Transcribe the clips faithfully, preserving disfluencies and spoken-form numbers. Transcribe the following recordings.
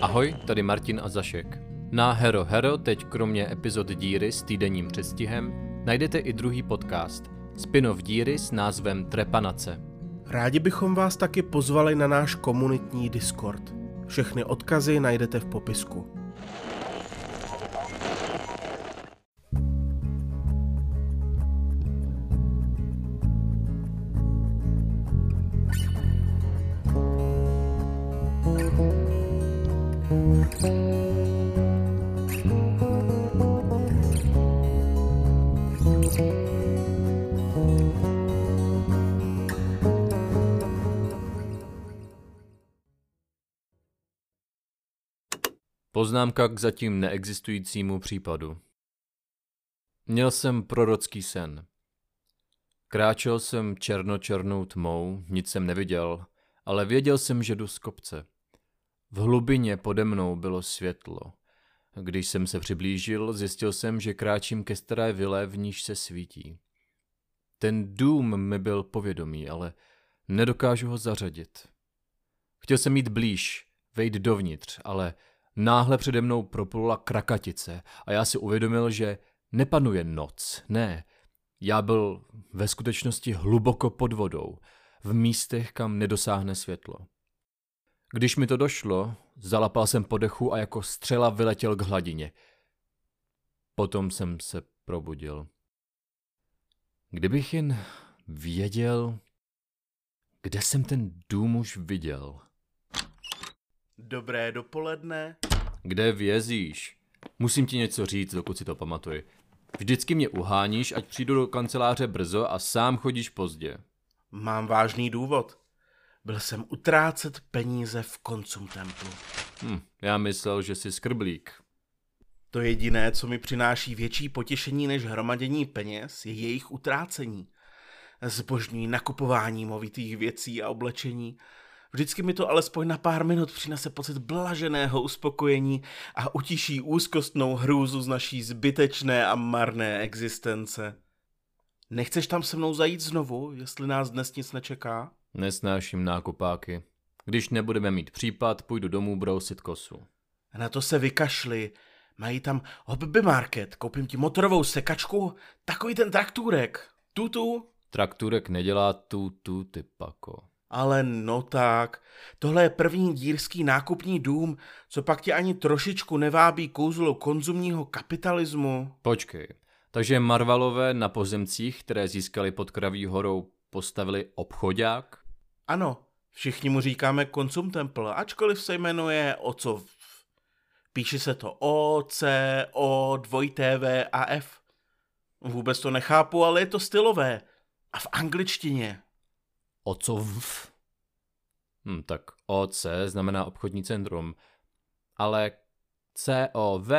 Ahoj, tady Martin a Zašek. Na Hero Hero teď kromě epizod Díry s týdenním předstihem najdete i druhý podcast, spin-off Díry s názvem Trepanace. Rádi bychom vás taky pozvali na náš komunitní Discord. Všechny odkazy najdete v popisku. Poznámka k zatím neexistujícímu případu. Měl jsem prorocký sen. Kráčel jsem černočernou tmou, nic jsem neviděl, ale věděl jsem, že jdu z kopce. V hlubině pode mnou bylo světlo. Když jsem se přiblížil, zjistil jsem, že kráčím ke staré vile, v níž se svítí. Ten dům mi byl povědomý, ale nedokážu ho zařadit. Chtěl jsem jít blíž, vejít dovnitř, ale náhle přede mnou proplula krakatice a já si uvědomil, že nepanuje noc, ne. Já byl ve skutečnosti hluboko pod vodou, v místech, kam nedosáhne světlo. Když mi to došlo, zalapal jsem po dechu a jako střela vyletěl k hladině. Potom jsem se probudil. Kdybych jen věděl, kde jsem ten dům už viděl. Dobré dopoledne. Kde vězíš? Musím ti něco říct, dokud si to pamatuj. Vždycky mě uháníš, ať přijdu do kanceláře brzo a sám chodíš pozdě. Mám vážný důvod. Byl jsem utrácet peníze v Konsum Templu. Hm, já myslel, že jsi skrblík. To jediné, co mi přináší větší potěšení než hromadění peněz, je jejich utrácení. Zbožňuji nakupování movitých věcí a oblečení. Vždycky mi to alespoň na pár minut přinese pocit blaženého uspokojení a utiší úzkostnou hrůzu z naší zbytečné a marné existence. Nechceš tam se mnou zajít znovu, jestli nás dnes nic nečeká? Nesnáším nákupáky. Když nebudeme mít případ, půjdu domů brousit kosu. Na to se vykašli. Mají tam hobby market, koupím ti motorovou sekačku, takový ten traktůrek. Tutu? Traktůrek nedělá tutu, ty pako. Ale no tak, tohle je první dírský nákupní dům, co pak tě ani trošičku nevábí kouzlo konzumního kapitalismu. Počkej, takže Marvalové na pozemcích, které získali pod Kraví horou, postavili obchodák? Ano, všichni mu říkáme Konsum Temple, ačkoliv se jmenuje Ocov. Píše se to O, C, O, dvojité V a F. Vůbec to nechápu, ale je to stylové. A v angličtině. Ocov. Hm, tak O C znamená obchodní centrum, ale C O V,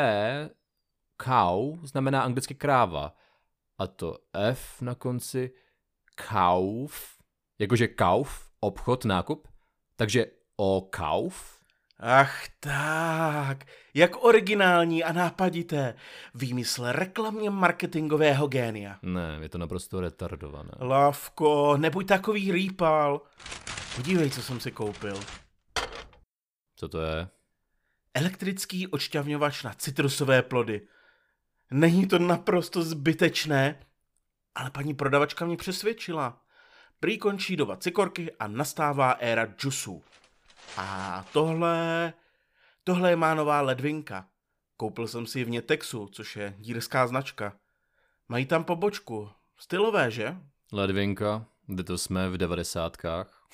cow, znamená anglicky kráva. A to F na konci kauf, jakože kauf, obchod, nákup, takže O kauf. Ach tak, jak originální a nápadité. Výmysl reklamně marketingového génia. Ne, je to naprosto retardované. Lavko, nebuď takový rýpal. Podívej, co jsem si koupil. Co to je? Elektrický odšťavňovač na citrusové plody. Není to naprosto zbytečné, ale paní prodavačka mě přesvědčila. Prý končí doba cikorky a nastává éra džusů. A tohle, tohle je má nová ledvinka. Koupil jsem si ji v Nětexu, což je dírská značka. Mají tam pobočku. Stylové, že? Ledvinka, kde to jsme v devadesátkách.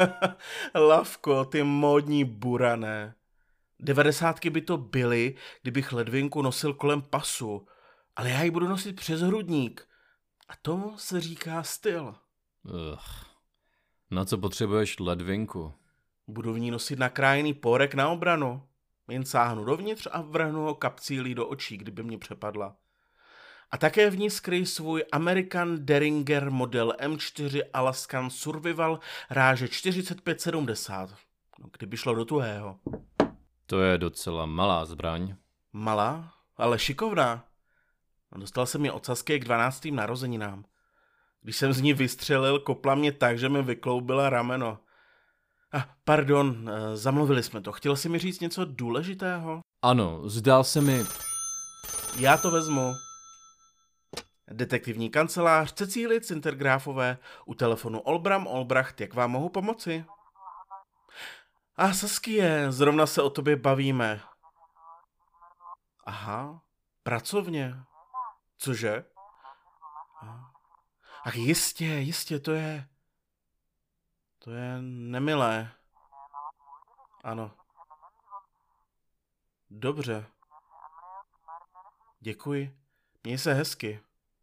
Lavko, ty módní burané. Devadesátky by to byly, kdybych ledvinku nosil kolem pasu, ale já ji budu nosit přes hrudník. A tomu se říká styl. Ugh. Na co potřebuješ ledvinku? Budu v ní nosit nakrájený pórek na obranu. Jen sáhnu dovnitř a vrhnu ho kapcílí do očí, kdyby mě přepadla. A také v ní skryj svůj American Derringer model M čtyři Alaskan Survival ráže čtyřicet pět sedmdesát. No, kdyby šlo do tuhého. To je docela malá zbraň. Malá, ale šikovná. Dostal jsem je od Sasky k dvanáctým narozeninám. Když jsem z ní vystřelil, kopla mě tak, že mi vykloubila rameno. Ah, pardon, eh, zamluvili jsme to. Chtěl jsi mi říct něco důležitého? Ano, zdál se mi... Já to vezmu. Detektivní kancelář Cecílie Cintergráfové u telefonu Olbram Olbracht, jak vám mohu pomoci? A Saskie, zrovna se o tobě bavíme. Aha, pracovně. Cože? Ach jistě, jistě, to je... To je nemilé. Ano. Dobře. Děkuji. Měj se hezky.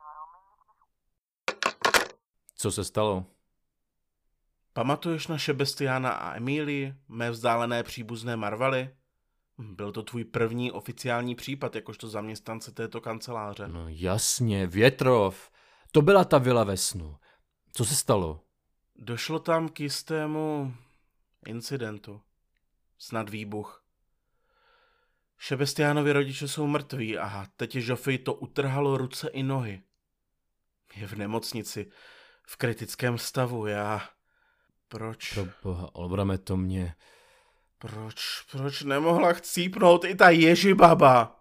Co se stalo? Pamatuješ na Šebestiána a Emílii, mé vzdálené příbuzné Marvaly? Byl to tvůj první oficiální případ jakožto zaměstnance této kanceláře. No jasně, Větrov. To byla ta vila ve snu. Co se stalo? Došlo tam k jistému incidentu. Snad výbuch. Šebestiánovi rodiče jsou mrtví a teď Žofii to utrhalo ruce i nohy. Je v nemocnici, v kritickém stavu, já... Proč? Pro boha, Olbrame, to mě... Proč, proč nemohla chcípnout i ta Ježibaba?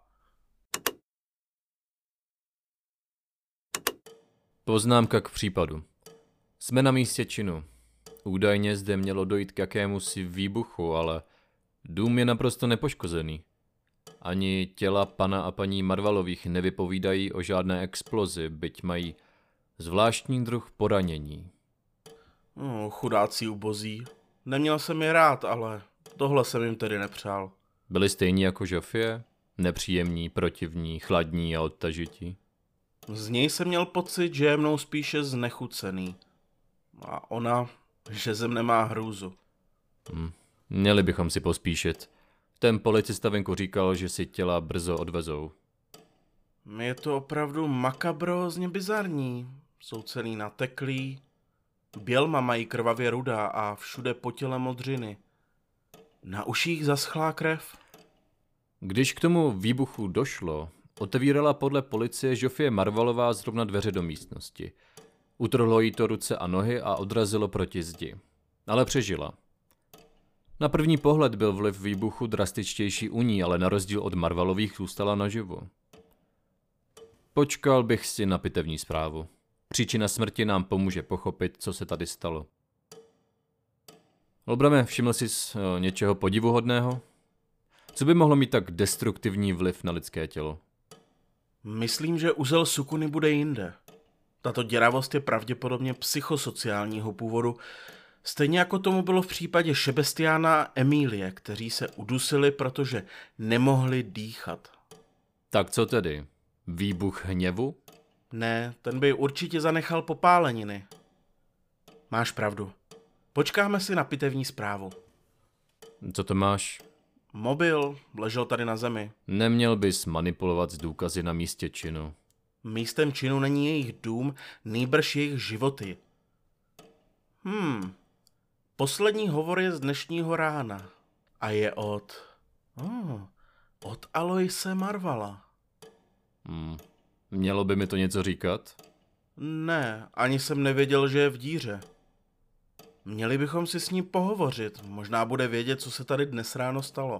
Poznámka k případu. Jsme na místě činu. Údajně zde mělo dojít k jakémusi výbuchu, ale dům je naprosto nepoškozený. Ani těla pana a paní Marvalových nevypovídají o žádné explozi, byť mají zvláštní druh poranění. No, chudáci ubozí. Neměl jsem je rád, ale tohle jsem jim tedy nepřál. Byli stejní jako Žofie? Nepříjemní, protivní, chladní a odtažití? Z něj jsem měl pocit, že je mnou spíše znechucený. A ona, že ze mne má hrůzu. Hm. Měli bychom si pospíšit. Ten policista venku říkal, že si těla brzo odvezou. Je to opravdu makabrózně bizarní. Jsou celý nateklí. Bělma mají krvavě rudá a všude po těle modřiny. Na uších zaschlá krev. Když k tomu výbuchu došlo, otevírala podle policie Žofie Marvalová zrovna dveře do místnosti. Utrhlo jí to ruce a nohy a odrazilo proti zdi. Ale přežila. Na první pohled byl vliv výbuchu drastičtější u ní, ale na rozdíl od Marvalových zůstala naživu. Počkal bych si na pitevní zprávu. Příčina smrti nám pomůže pochopit, co se tady stalo. Olbrame, všiml jsi uh, něčeho podivuhodného? Co by mohlo mít tak destruktivní vliv na lidské tělo? Myslím, že uzel Sukuny bude jinde. Tato děravost je pravděpodobně psychosociálního původu, stejně jako tomu bylo v případě Šebestiána a Emílie, kteří se udusili, protože nemohli dýchat. Tak co tedy? Výbuch hněvu? Ne, ten by určitě zanechal popáleniny. Máš pravdu. Počkáme si na pitevní zprávu. Co to máš? Mobil ležel tady na zemi. Neměl bys manipulovat s důkazy na místě činu. Místem činu není jejich dům, nýbrž jejich životy. Hmm. Poslední hovor je z dnešního rána. A je od... Oh, od Aloise Marvala. Hmm. Mělo by mi to něco říkat? Ne, ani jsem nevěděl, že je v díře. Měli bychom si s ní pohovořit. Možná bude vědět, co se tady dnes ráno stalo.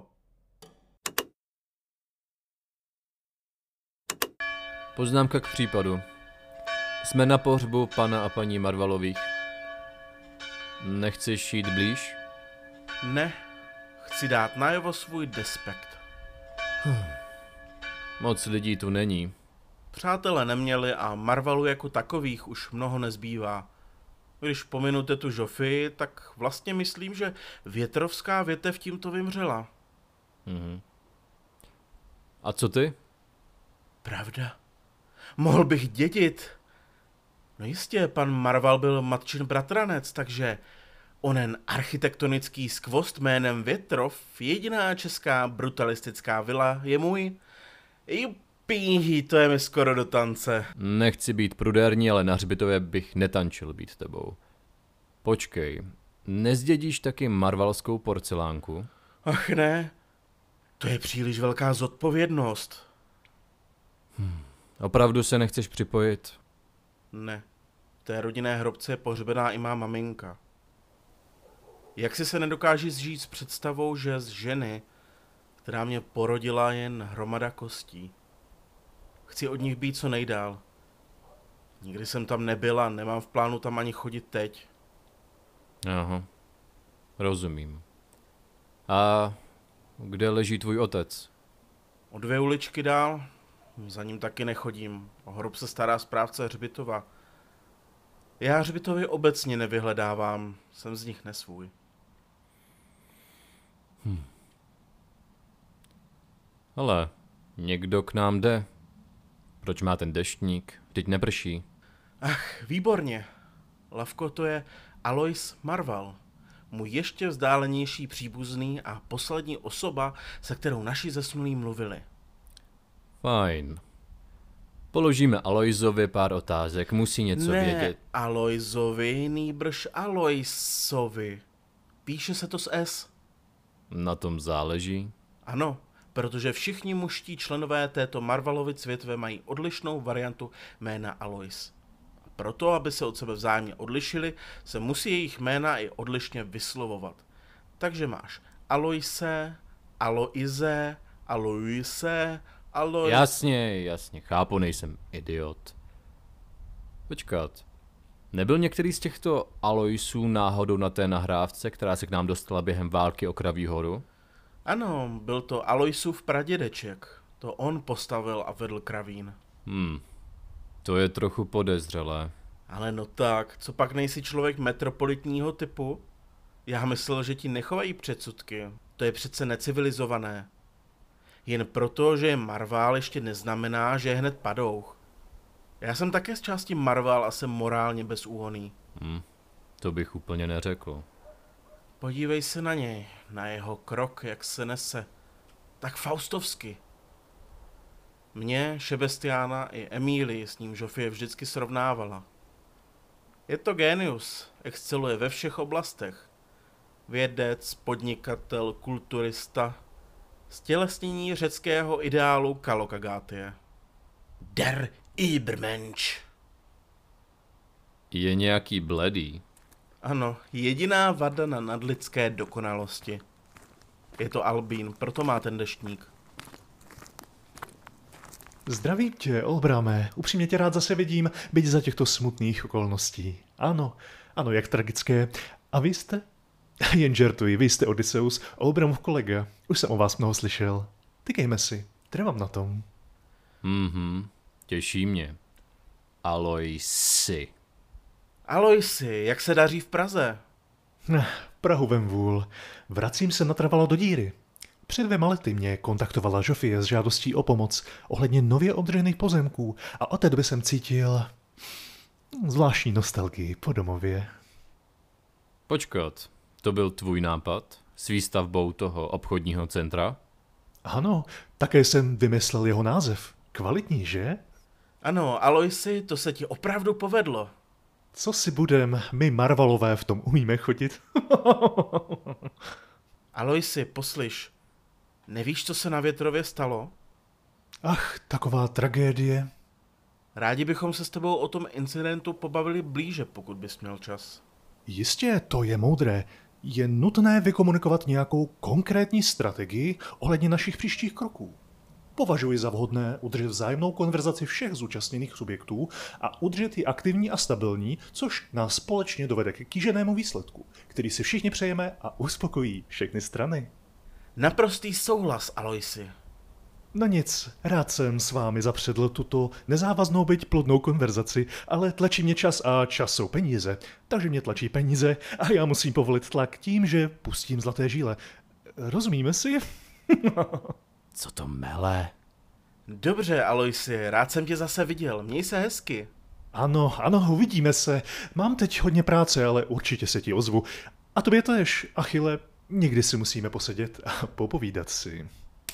Poznámka k případu. Jsme na pohřbu pana a paní Marvalových. Nechceš jít blíž? Ne, chci dát najevo svůj despekt. Moc lidí tu není. Přátelé neměli a Marvalu jako takových už mnoho nezbývá. Když pominu tetu Žofii, tak vlastně myslím, že větrovská větev tímto vymřela. Mhm. A co ty? Pravda. Mohl bych dědit. No jistě, pan Marval byl matčin bratranec, takže onen architektonický skvost jménem Větrov, jediná česká brutalistická vila, je můj. Jupí, to je mi skoro do tance. Nechci být prudérní, ale na hřbitově bych netančil být tebou. Počkej, nezdědíš taky marvalskou porcelánku? Ach ne, to je příliš velká zodpovědnost. Hmm. Opravdu se nechceš připojit? Ne, v té rodinné hrobce je pohřbená i má maminka. Jak si se nedokáží zžít s představou, že z ženy, která mě porodila, jen hromada kostí. Chci od nich být co nejdál. Nikdy jsem tam nebyl a nemám v plánu tam ani chodit teď. Aha, rozumím. A kde leží tvůj otec? O dvě uličky dál, za ním taky nechodím. O hrob se stará správce hřbitova. Já hřbitovy obecně nevyhledávám, jsem z nich nesvůj. Hm. Ale někdo k nám jde. Proč má ten deštník? Teď neprší. Ach, výborně. Lavko, to je Alois Marval. Můj ještě vzdálenější příbuzný a poslední osoba, se kterou naši zesnulí mluvili. Fajn. Položíme Aloisovi pár otázek, musí něco ne, vědět. Aloisovi, nýbrž Aloisovi. Píše se to s S. Na tom záleží. Ano, protože všichni mužští členové této Marvalovy cvětve mají odlišnou variantu jména Alois. A proto, aby se od sebe vzájemně odlišili, se musí jejich jména i odlišně vyslovovat. Takže máš Aloise, Aloize, Aloise, Alois... Jasně, jasně, chápu, nejsem idiot. Počkat. Nebyl některý z těchto Aloisů náhodou na té nahrávce, která se k nám dostala během války o Kraví horu? Ano, byl to Aloisův pradědeček. To on postavil a vedl Kravín. Hmm, to je trochu podezřelé. Ale no tak, co pak nejsi člověk metropolitního typu? Já myslel, že ti nechovají předsudky. To je přece necivilizované. Jen proto, že je Marval, ještě neznamená, že je hned padouch. Já jsem také z části Marval a jsem morálně bezúhonný. Hmm, to bych úplně neřekl. Podívej se na něj, na jeho krok, jak se nese. Tak faustovsky. Mě, Šebestiána i Emílii s ním Žofie vždycky srovnávala. Je to génius, exceluje ve všech oblastech. Vědec, podnikatel, kulturista, stělesnění řeckého ideálu Kalokagatie. Der Übermensch. Je nějaký bledý? Ano, jediná vada na nadlidské dokonalosti. Je to albín, proto má ten deštník. Zdravím tě, Olbrame. Upřímně tě rád zase vidím, byť za těchto smutných okolností. Ano, ano, jak tragické. A vy jste? Jen žertuji, vy jste Odysseus, Olbramův kolega. Už jsem o vás mnoho slyšel. Tykejme si, trvám na tom. Mhm, těší mě. Aloisi. Aloisi, jak se daří v Praze? Prahu vem vůl. Vracím se natrvalo do díry. Před dvěma lety mě kontaktovala Žofie s žádostí o pomoc ohledně nově obdržených pozemků a od té doby jsem cítil zvláštní nostalgii po domově. Počkat, to byl tvůj nápad? S výstavbou toho obchodního centra? Ano, také jsem vymyslel jeho název. Kvalitní, že? Ano, Aloisi, to se ti opravdu povedlo. Co si budem, my Marvalové v tom umíme chodit? Aloisi, poslyš, nevíš, co se na Větrově stalo? Ach, taková tragédie. Rádi bychom se s tebou o tom incidentu pobavili blíže, pokud bys měl čas. Jistě, to je moudré. Je nutné vykomunikovat nějakou konkrétní strategii ohledně našich příštích kroků. Považuji za vhodné udržet vzájemnou konverzaci všech zúčastněných subjektů a udržet ji aktivní a stabilní, což nás společně dovede k kýženému výsledku, který si všichni přejeme a uspokojí všechny strany. Naprostý souhlas, Aloisi. No nic, rád jsem s vámi zapředl tuto nezávaznou byť plodnou konverzaci, ale tlačí mě čas a čas jsou peníze, takže mě tlačí peníze a já musím povolit tlak tím, že pustím zlaté žíle. Rozumíme si? Co to mele? Dobře, Aloisi, rád jsem tě zase viděl, měj se hezky. Ano, ano, uvidíme se. Mám teď hodně práce, ale určitě se ti ozvu. A tobě též, Achille, někdy si musíme posedět a popovídat si.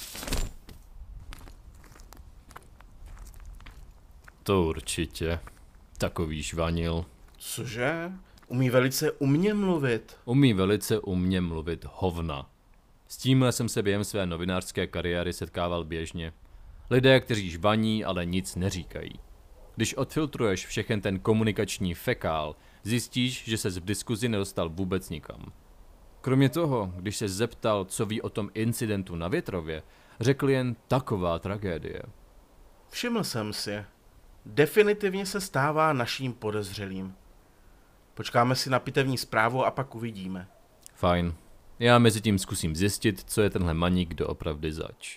To určitě. Takový žvanil. Cože? Umí velice umně mluvit. Umí velice umně mluvit hovna. S tímhle jsem se během své novinářské kariéry setkával běžně. Lidé, kteří žvaní, ale nic neříkají. Když odfiltruješ všechen ten komunikační fekál, zjistíš, že ses v diskuzi nedostal vůbec nikam. Kromě toho, když se zeptal, co ví o tom incidentu na Větrově, řekl jen taková tragédie. Všiml jsem si. Definitivně se stává naším podezřelým. Počkáme si na pitevní zprávu a pak uvidíme. Fajn. Já mezi tím zkusím zjistit, co je tenhle maník doopravdy zač.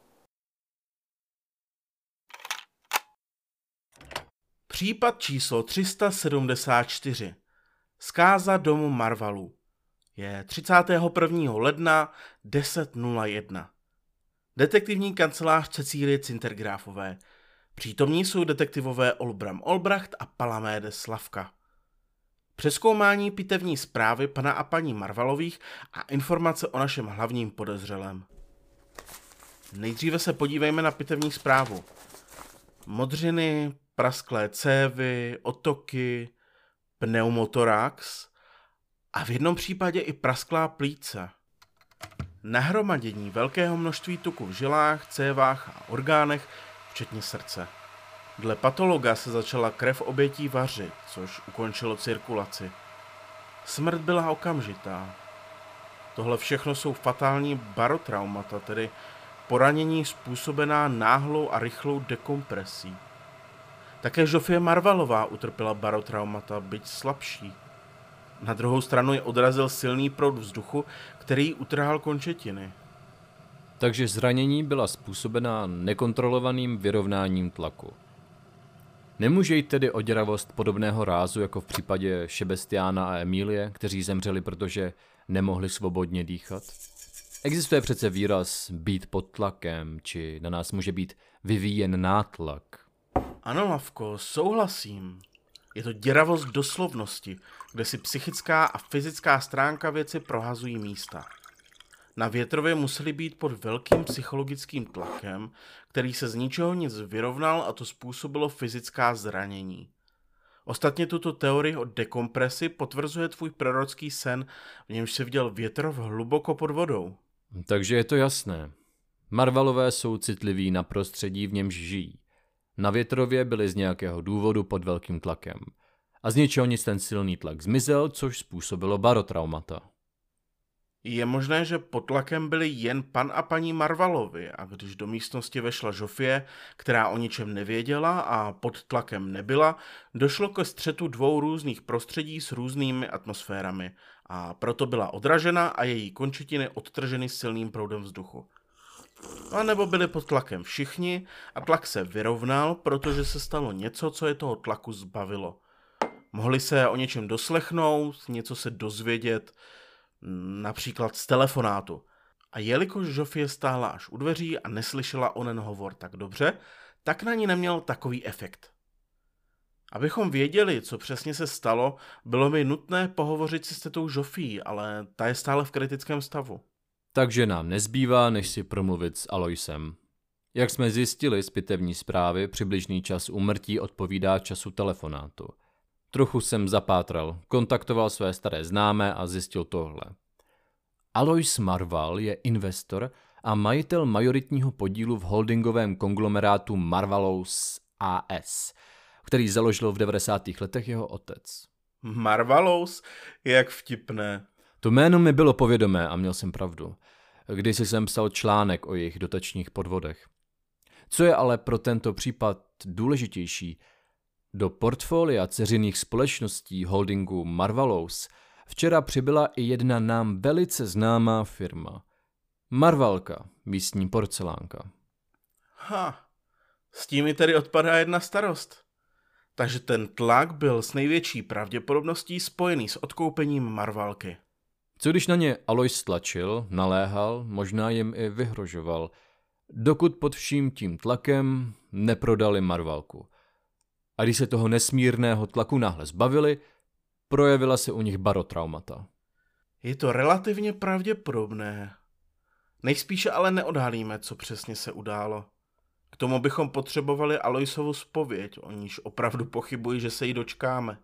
Případ číslo tři sta sedmdesát čtyři. Zkáza domu Marvalů. Je třicátého prvního ledna deset nula jedna. Detektivní kancelář Cecílie Cintergráfové. Přítomní jsou detektivové Olbram Olbracht a Palamédes Slavka. Přezkoumání pitevní zprávy pana a paní Marvalových a informace o našem hlavním podezřelém. Nejdříve se podívejme na pitevní zprávu. Modřiny, prasklé cévy, otoky, pneumotorax a v jednom případě i prasklá plíce. Nahromadění velkého množství tuku v žilách, cévách a orgánech, včetně srdce. Dle patologa se začala krev obětí vařit, což ukončilo cirkulaci. Smrt byla okamžitá. Tohle všechno jsou fatální barotraumata, tedy poranění způsobená náhlou a rychlou dekompresí. Také Žofie Marvalová utrpěla barotraumata, byť slabší. Na druhou stranu je odrazil silný proud vzduchu, který utrhal končetiny. Takže zranění byla způsobená nekontrolovaným vyrovnáním tlaku. Nemůže jít tedy o děravost podobného rázu jako v případě Šebestiána a Emílie, kteří zemřeli, protože nemohli svobodně dýchat? Existuje přece výraz být pod tlakem, či na nás může být vyvíjen nátlak. Ano, Lavko, souhlasím. Je to děravost doslovnosti, kde si psychická a fyzická stránka věci prohazují místa. Na Větrově museli být pod velkým psychologickým tlakem, který se z ničeho nic vyrovnal a to způsobilo fyzická zranění. Ostatně tuto teorii o dekompresi potvrzuje tvůj prorocký sen, v němž si viděl Větrov hluboko pod vodou. Takže je to jasné. Marvalové jsou citliví na prostředí, v němž žijí. Na Větrově byli z nějakého důvodu pod velkým tlakem. A z ničeho nic ten silný tlak zmizel, což způsobilo barotraumata. Je možné, že pod tlakem byli jen pan a paní Marvalovi a když do místnosti vešla Žofie, která o ničem nevěděla a pod tlakem nebyla, došlo ke střetu dvou různých prostředí s různými atmosférami a proto byla odražena a její končetiny odtrženy silným proudem vzduchu. A nebo byli pod tlakem všichni a tlak se vyrovnal, protože se stalo něco, co je toho tlaku zbavilo. Mohli se o něčem doslechnout, něco se dozvědět, například z telefonátu. A jelikož Žofie stála až u dveří a neslyšela onen hovor tak dobře, tak na ní neměl takový efekt. Abychom věděli, co přesně se stalo, bylo mi nutné pohovořit si s tetou Žofií, ale ta je stále v kritickém stavu. Takže nám nezbývá, než si promluvit s Aloisem. Jak jsme zjistili z pitevní zprávy, přibližný čas úmrtí odpovídá času telefonátu. Trochu jsem zapátral, kontaktoval své staré známé a zjistil tohle. Alois Marval je investor a majitel majoritního podílu v holdingovém konglomerátu Marvalous A S, který založil v devadesátých letech jeho otec. Marvalous? Jak vtipné. To jméno mi bylo povědomé a měl jsem pravdu. Kdysi jsem psal článek o jejich dotačních podvodech. Co je ale pro tento případ důležitější, do portfolia dceřiných společností holdingu Marvalous včera přibyla i jedna nám velice známá firma. Marvalka, místní porcelánka. Ha, s tím mi tedy odpadá jedna starost. Takže ten tlak byl s největší pravděpodobností spojený s odkoupením Marvalky. Co když na ně Alois stlačil, naléhal, možná jim i vyhrožoval, dokud pod vším tím tlakem neprodali Marvalku. A když se toho nesmírného tlaku náhle zbavili, projevila se u nich barotraumata. Je to relativně pravděpodobné. Nejspíše ale neodhalíme, co přesně se událo. K tomu bychom potřebovali Aloisovu zpověď, o níž opravdu pochybuji, že se jí dočkáme.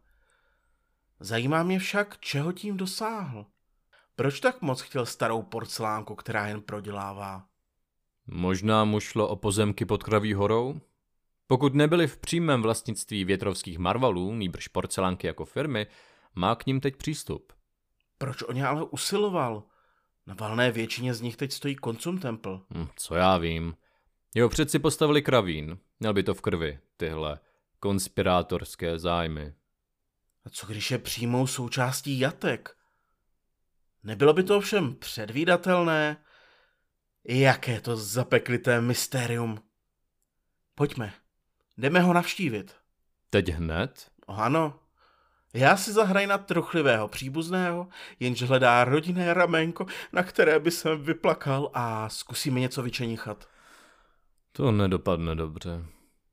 Zajímá mě však, čeho tím dosáhl. Proč tak moc chtěl starou porcelánku, která jen prodělává? Možná mu šlo o pozemky pod Kraví horou? Pokud nebyli v přímém vlastnictví větrovských Marvalů, nýbrž porcelánky jako firmy, má k ním teď přístup. Proč o ně ale usiloval? Na valné většině z nich teď stojí Konsum Temple. Hm, co já vím. Jo, přeci postavili kravín. Měl by to v krvi, tyhle konspirátorské zájmy. A co když je přímou součástí jatek? Nebylo by to ovšem předvídatelné? Jaké to zapeklité mystérium. Pojďme, jdeme ho navštívit. Teď hned? Oh, ano, já si zahraj na truchlivého příbuzného, jenž hledá rodinné ramenko, na které by se vyplakal, a zkusíme něco vyčenichat. To nedopadne dobře.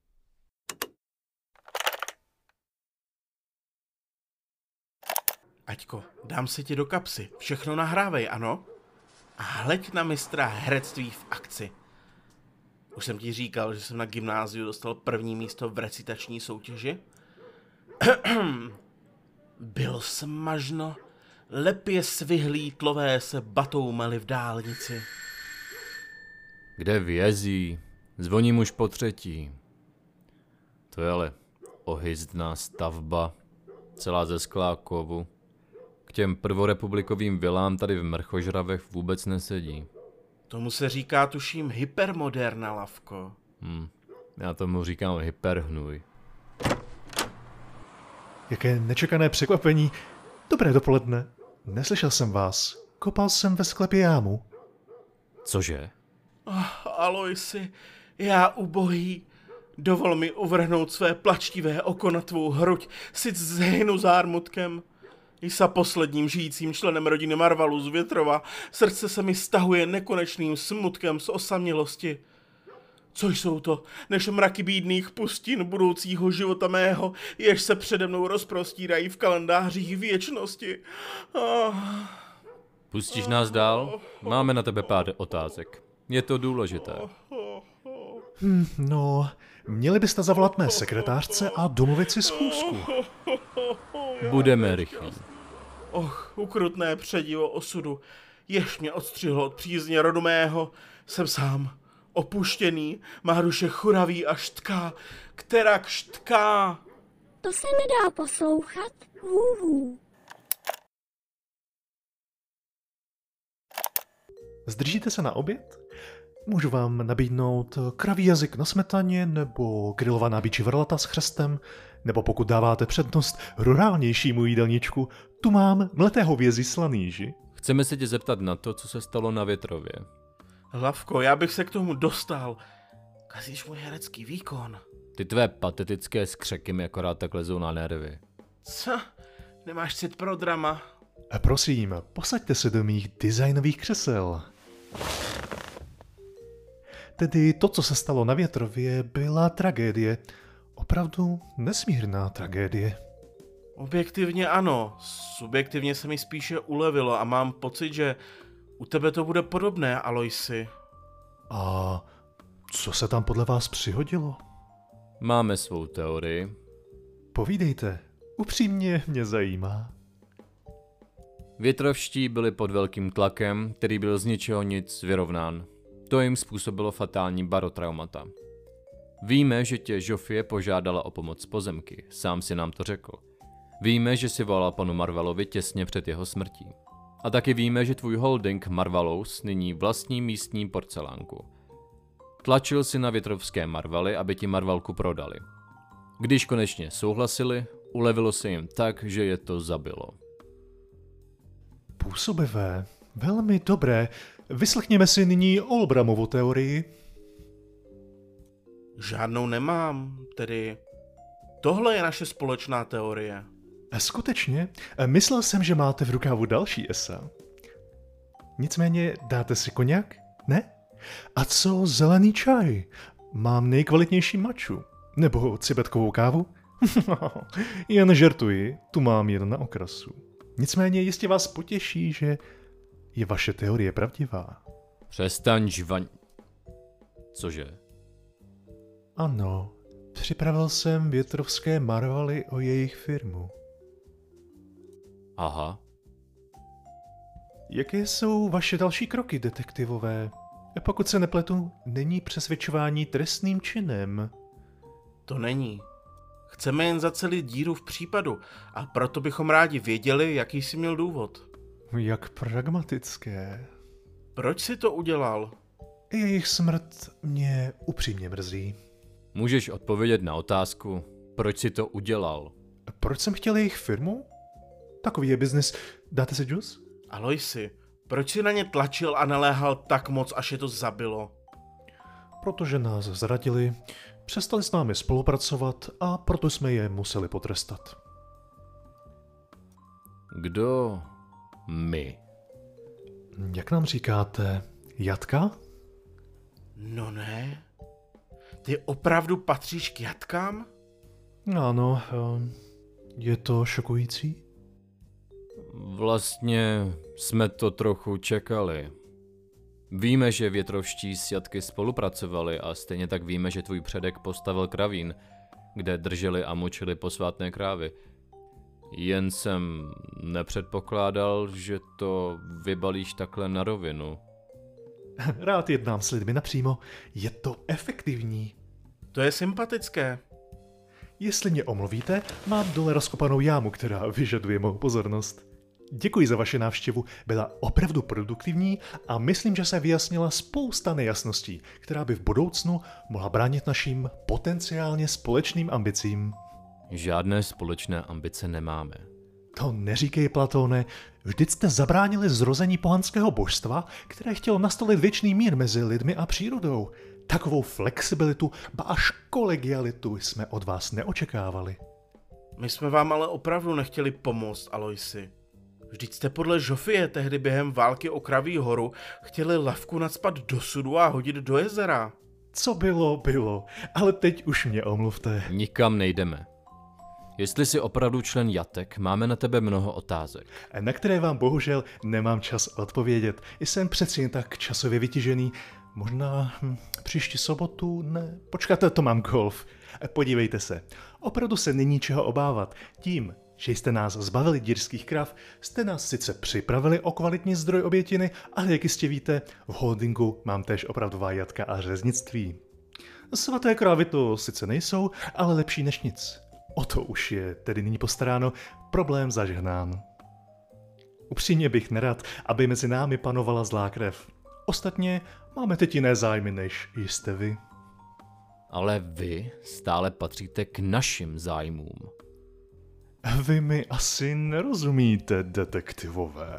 Aťko, dám se ti do kapsy, všechno nahrávej, ano? A hleď na mistra herectví v akci. Už jsem ti říkal, že jsem na gymnáziu dostal první místo v recitační soutěži. Bylo smažno, lepě svihlí tlové se batoumeli v dálnici. Kde vězí? Zvoním už po třetí. To je ale ohyzdná stavba, celá ze skla a kovu. K těm prvorepublikovým vilám tady v Mrchožravech vůbec nesedí. Tomu se říká, tuším, hypermoderna, Lavko. Hm, já tomu říkám hyperhnůj. Jaké nečekané překvapení. Dobré dopoledne. Neslyšel jsem vás. Kopal jsem ve sklepě jámu. Cože? Oh, Aloisi, já ubohý. Dovol mi uvrhnout své plačtivé oko na tvou hruď, sic zhynu zármutkem. Jsa posledním žijícím členem rodiny Marvalů z Větrova, srdce se mi stahuje nekonečným smutkem z osamělosti. Co jsou to, než mraky bídných pustin budoucího života mého, jež se přede mnou rozprostírají v kalendářích věčnosti. Ah. Pustíš nás dál? Máme na tebe pár otázek. Je to důležité. Hm, no, měli byste zavolat mé sekretářce a domluvit si schůzku. Budeme rychlí. Och, ukrutné předivo osudu, jež mě odstřihlo od přízně rodu mého, jsem sám, opuštěný, má duše churavý a štká, která štká. To se nedá poslouchat. Hůhů. Zdržíte se na oběd? Můžu vám nabídnout kravý jazyk na smetaně, nebo grilovaná bičí vrlata s chrestem, nebo pokud dáváte přednost rurálnějšímu jídelníčku, tu mám mleté hovězí slanýži. Chceme se tě zeptat na to, co se stalo na Větrově. Hlavko, já bych se k tomu dostal. Kazíš můj herecký výkon. Ty tvé patetické skřeky mi akorát tak lezou na nervy. Co? Nemáš cit pro drama? A prosím, posaďte se do mých designových křesel. Tedy to, co se stalo na Větrově, byla tragédie. Opravdu nesmírná tragédie. Objektivně ano, subjektivně se mi spíše ulevilo a mám pocit, že u tebe to bude podobné, Aloisi. A co se tam podle vás přihodilo? Máme svou teorii. Povídejte, upřímně mě zajímá. Větrovští byli pod velkým tlakem, který byl z ničeho nic vyrovnán. To jim způsobilo fatální barotraumata. Víme, že tě Žofie požádala o pomoc z pozemky, sám si nám to řekl. Víme, že si volal panu Marvalovi těsně před jeho smrtí. A taky víme, že tvůj holding Marvalous nyní vlastní místní porcelánku. Tlačil si na větrovské Marvaly, aby ti Marvalku prodali. Když konečně souhlasili, ulevilo se jim tak, že je to zabilo. Působivé, velmi dobré. Vyslechněme si nyní Olbramovu teorii. Žádnou nemám, tedy tohle je naše společná teorie. Skutečně, myslel jsem, že máte v rukávu další esa. Nicméně dáte si koněk? Ne? A co zelený čaj? Mám nejkvalitnější maču. Nebo cibetkovou kávu? Jen žertuji, tu mám jen na okrasu. Nicméně jistě vás potěší, že je vaše teorie pravdivá. Přestaň žvaň... Cože? Ano, připravil jsem větrovské Marvaly o jejich firmu. Aha. Jaké jsou vaše další kroky, detektivové? Pokud se nepletu, není přesvědčování trestným činem. To není. Chceme jen zacelit díru v případu a proto bychom rádi věděli, jaký jsi měl důvod. Jak pragmatické. Proč si to udělal? Jejich smrt mě upřímně mrzí. Můžeš odpovědět na otázku, proč si to udělal? Proč jsem chtěl jejich firmu? Takový je biznis. Dáte si džus? Aloisi, proč si na ně tlačil a naléhal tak moc, až je to zabilo? Protože nás zradili, přestali s námi spolupracovat a proto jsme je museli potrestat. Kdo my? Jak nám říkáte, jatka? No ne. Ty opravdu patříš k jatkám? Ano, eh, je to šokující? Vlastně jsme to trochu čekali. Víme, že větrovští s jatky spolupracovali a stejně tak víme, že tvůj předek postavil kravín, kde drželi a močili posvátné krávy. Jen jsem nepředpokládal, že to vybalíš takhle na rovinu. Rád jednám s lidmi napřímo, je to efektivní. To je sympatické. Jestli mě omluvíte, mám dole rozkopanou jámu, která vyžaduje mou pozornost. Děkuji za vaši návštěvu, byla opravdu produktivní a myslím, že se vyjasnila spousta nejasností, která by v budoucnu mohla bránit našim potenciálně společným ambicím. Žádné společné ambice nemáme. To neříkej, Platóne, vždyť jste zabránili zrození pohanského božstva, které chtělo nastolit věčný mír mezi lidmi a přírodou. Takovou flexibilitu, ba až kolegialitu jsme od vás neočekávali. My jsme vám ale opravdu nechtěli pomoct, Aloisi. Vždyť jste podle Žofie tehdy během války o Kraví horu chtěli lavku nacpat do sudu a hodit do jezera. Co bylo, bylo, ale teď už mě omluvte. Nikam nejdeme. Jestli jsi opravdu člen jatek, máme na tebe mnoho otázek. Na které vám bohužel nemám čas odpovědět. Jsem přeci jen tak časově vytížený. Možná hm, příští sobotu? Ne, počkáte, to mám golf. Podívejte se, opravdu se není čeho obávat. Tím, že jste nás zbavili dírských krav, jste nás sice připravili o kvalitní zdroj obětiny, ale jak jistě víte, v holdingu mám též opravdová jatka a řeznictví. Svaté krávy to sice nejsou, ale lepší než nic. O to už je tedy nyní postaráno, problém zažehnán. Upřímně bych nerad, aby mezi námi panovala zlá krev. Ostatně máme teď jiné zájmy, než jste vy. Ale vy stále patříte k našim zájmům. Vy mi asi nerozumíte, detektivové.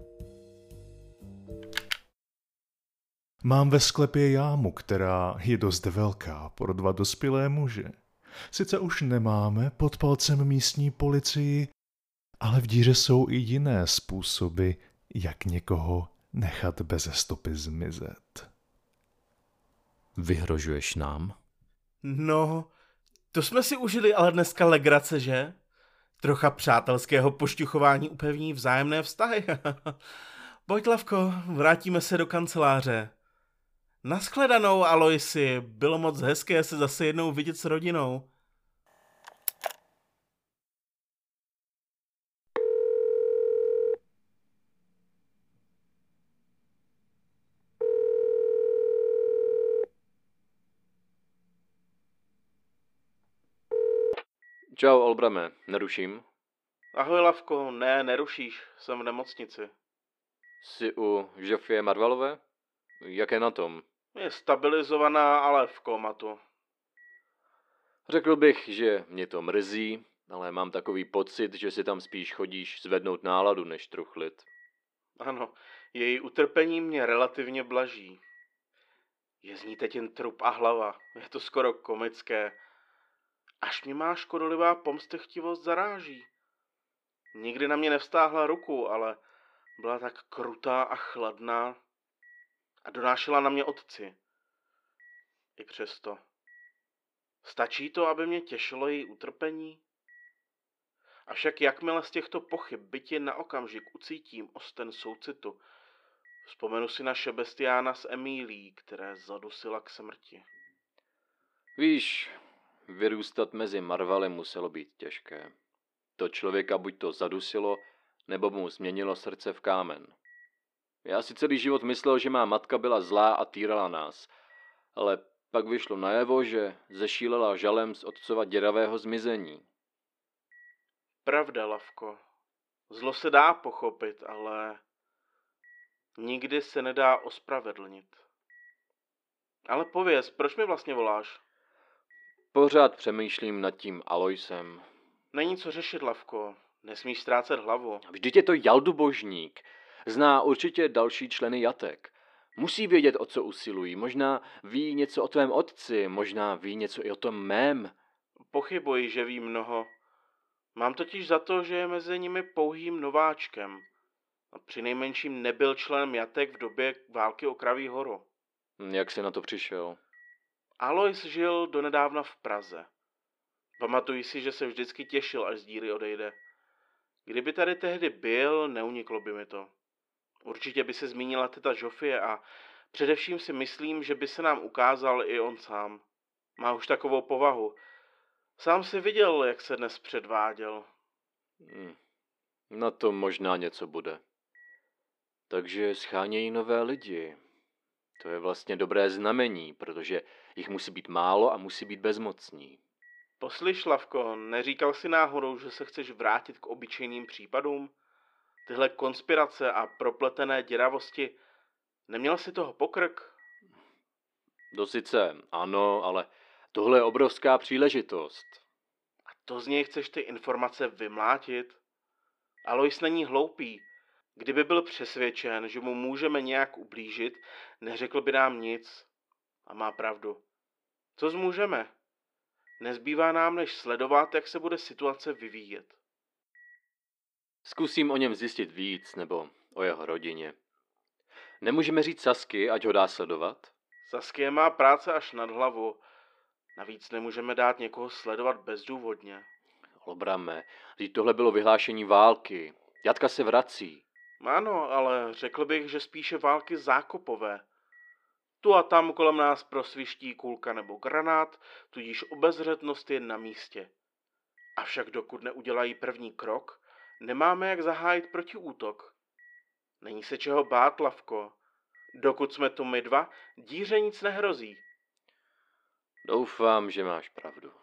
Mám ve sklepě jámu, která je dost velká pro dva dospělé muže. Sice už nemáme pod palcem místní policii, ale v díře jsou i jiné způsoby, jak někoho nechat beze stopy zmizet. Vyhrožuješ nám? No, to jsme si užili ale dneska legrace, že? Trocha přátelského pošťuchování upevní vzájemné vztahy. Pojď, Lavko, vrátíme se do kanceláře. Naschledanou, Aloisi, bylo moc hezké se zase jednou vidět s rodinou. Čau, Olbrame, neruším? Ahoj, Lavko, ne, nerušíš, jsem v nemocnici. Jsi u Žofie Marvalové? Jak je na tom? Je stabilizovaná, ale v komatu. Řekl bych, že mě to mrzí, ale mám takový pocit, že si tam spíš chodíš zvednout náladu, než truchlit. Ano, její utrpení mě relativně blaží. Je z ní teď jen trup a hlava, je to skoro komické. Až mě má škodolivá pomstychtivost zaráží. Nikdy na mě nevstáhla ruku, ale byla tak krutá a chladná a donášela na mě otci. I přesto. Stačí to, aby mě těšilo její utrpení? Avšak jakmile z těchto pochyb byť jen na okamžik ucítím osten soucitu, vzpomenu si na Šebestiána s Emílií, které zadusila k smrti. Víš, vyrůstat mezi Marvaly muselo být těžké. To člověka buď to zadusilo, nebo mu změnilo srdce v kámen. Já si celý život myslel, že má matka byla zlá a týrala nás, ale pak vyšlo najevo, že zešílela žalem z otcova děravého zmizení. Pravda, Lavko. Zlo se dá pochopit, ale nikdy se nedá ospravedlnit. Ale pověz, proč mi vlastně voláš? Pořád přemýšlím nad tím Aloisem. Není co řešit, Lavko. Nesmíš ztrácet hlavu. Vždyť je to jaldubožník. Zná určitě další členy jatek. Musí vědět, o co usilují. Možná ví něco o tvém otci, možná ví něco i o tom mém. Pochybuji, že ví mnoho. Mám totiž za to, že je mezi nimi pouhým nováčkem. A přinejmenším nebyl členem jatek v době války o Kraví horu. Jak jsi na to přišel? Alois žil donedávna v Praze. Pamatuji si, že se vždycky těšil, až z díry odejde. Kdyby tady tehdy byl, neuniklo by mi to. Určitě by se zmínila teta Žofie a především si myslím, že by se nám ukázal i on sám. Má už takovou povahu. Sám si viděl, jak se dnes předváděl. Hm. Na to možná něco bude. Takže schánějí nové lidi. To je vlastně dobré znamení, protože jich musí být málo a musí být bezmocní. Poslyš, Lavko, neříkal jsi náhodou, že se chceš vrátit k obyčejným případům? Tyhle konspirace a propletené děravosti, neměl jsi toho pokrk? To sice ano, ale tohle je obrovská příležitost. A to z něj chceš ty informace vymlátit? Alois není hloupý. Kdyby byl přesvědčen, že mu můžeme nějak ublížit, neřekl by nám nic. A má pravdu. Co zmůžeme? Nezbývá nám, než sledovat, jak se bude situace vyvíjet. Zkusím o něm zjistit víc, nebo o jeho rodině. Nemůžeme říct Sasky, ať ho dá sledovat? Saskia má práce až nad hlavu. Navíc nemůžeme dát někoho sledovat bezdůvodně. Olbrame, vždyť tohle bylo vyhlášení války. Jatka se vrací. Ano, ale řekl bych, že spíše války zákopové. Tu a tam kolem nás prosviští kulka nebo granát, tudíž obezřetnost je na místě. Avšak dokud neudělají první krok, nemáme jak zahájit protiútok. Není se čeho bát, Lavko. Dokud jsme tu my dva, díře nic nehrozí. Doufám, že máš pravdu.